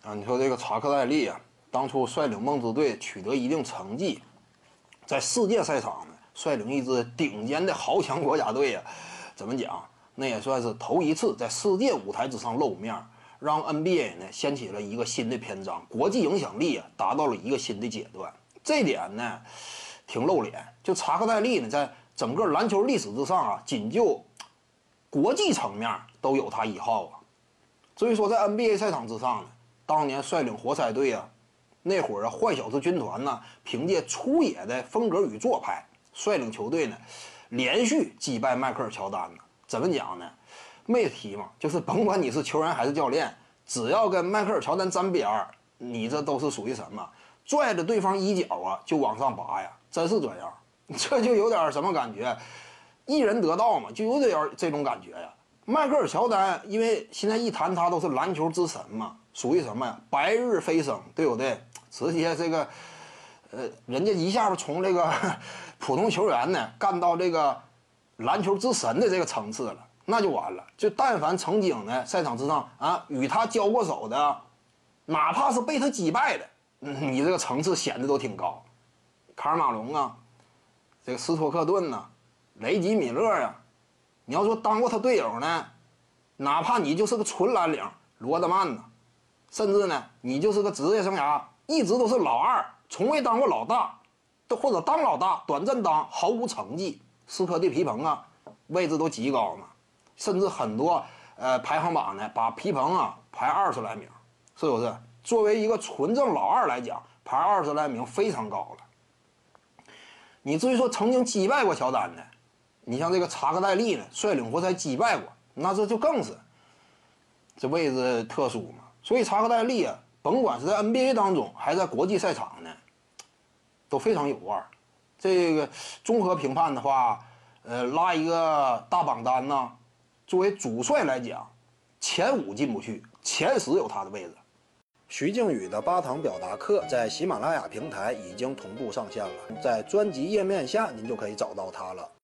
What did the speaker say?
你说这个查克戴利啊，当初率领梦之队取得一定成绩，在世界赛场呢，率领一支顶尖的豪强国家队啊，怎么讲？那也算是头一次在世界舞台之上露面，让 NBA 呢掀起了一个新的篇章，国际影响力啊达到了一个新的阶段。这点呢，挺露脸。就查克戴利呢，在整个篮球历史之上啊，仅就国际层面都有他一号啊。至于说在 NBA 赛场之上呢，当年率领活塞队啊，那会儿啊坏小子军团呢，凭借出野的风格与做派，率领球队呢连续击败迈克尔乔丹呢。怎么讲呢？没提嘛，就是甭管你是球员还是教练，只要跟迈克尔乔丹沾边儿，你这都是属于什么？拽着对方衣角啊就往上拔呀，真是这样。这就有点什么感觉？一人得道嘛，就有点这种感觉呀。迈克尔乔丹，因为现在一谈他都是篮球之神嘛，属于什么呀？白日飞升，对不对？直接这个，人家一下从这个普通球员呢干到这个篮球之神的这个层次了，那就完了。就但凡曾经呢赛场之上啊与他交过手的，哪怕是被他击败的，你这个层次显得都挺高。卡尔马龙啊，这个斯托克顿呐、雷吉米勒啊，你要说当过他队友呢，哪怕你就是个纯蓝领罗德曼呐，甚至呢你就是个职业生涯一直都是老二，从未当过老大，或者当老大短暂当毫无成绩，斯科蒂皮蓬啊位置都极高嘛，甚至很多排行榜呢把皮蓬啊排20来名，是不是？作为一个纯正老二来讲，排20来名非常高了。你至于说曾经击败过乔丹的，你像这个查克戴利呢，率领活塞击败过，那这就更是这位置特殊嘛。所以查克戴利啊，甭管是在 NBA 当中还是在国际赛场呢，都非常有腕。这个综合评判的话，拉一个大榜单呢，作为主帅来讲，前5进不去，前10有他的位置。徐静宇的8堂表达课在喜马拉雅平台已经同步上线了，在专辑页面下您就可以找到它了。